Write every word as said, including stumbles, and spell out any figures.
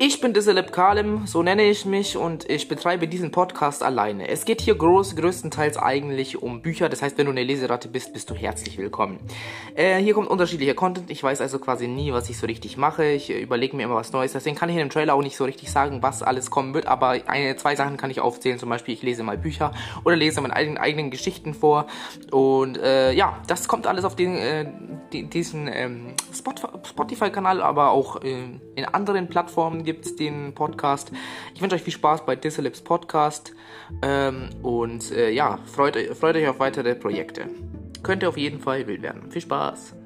Ich bin Disselip Kalim, so nenne ich mich, und ich betreibe diesen Podcast alleine. Es geht hier groß, größtenteils eigentlich um Bücher, das heißt, wenn du eine Leseratte bist, bist du herzlich willkommen. Äh, hier kommt unterschiedlicher Content, ich weiß also quasi nie, was ich so richtig mache, ich äh, überlege mir immer was Neues, deswegen kann ich in dem Trailer auch nicht so richtig sagen, was alles kommen wird, aber eine, zwei Sachen kann ich aufzählen, zum Beispiel, ich lese mal Bücher oder lese meine eigenen, eigenen Geschichten vor, und äh, ja, das kommt alles auf den, äh, die, diesen ähm, Spotify-Kanal, aber auch äh, in anderen Plattformen gibt es den Podcast. Ich wünsche euch viel Spaß bei Disselips Podcast ähm, und äh, ja, freut, freut euch auf weitere Projekte. Könnte auf jeden Fall wild werden. Viel Spaß!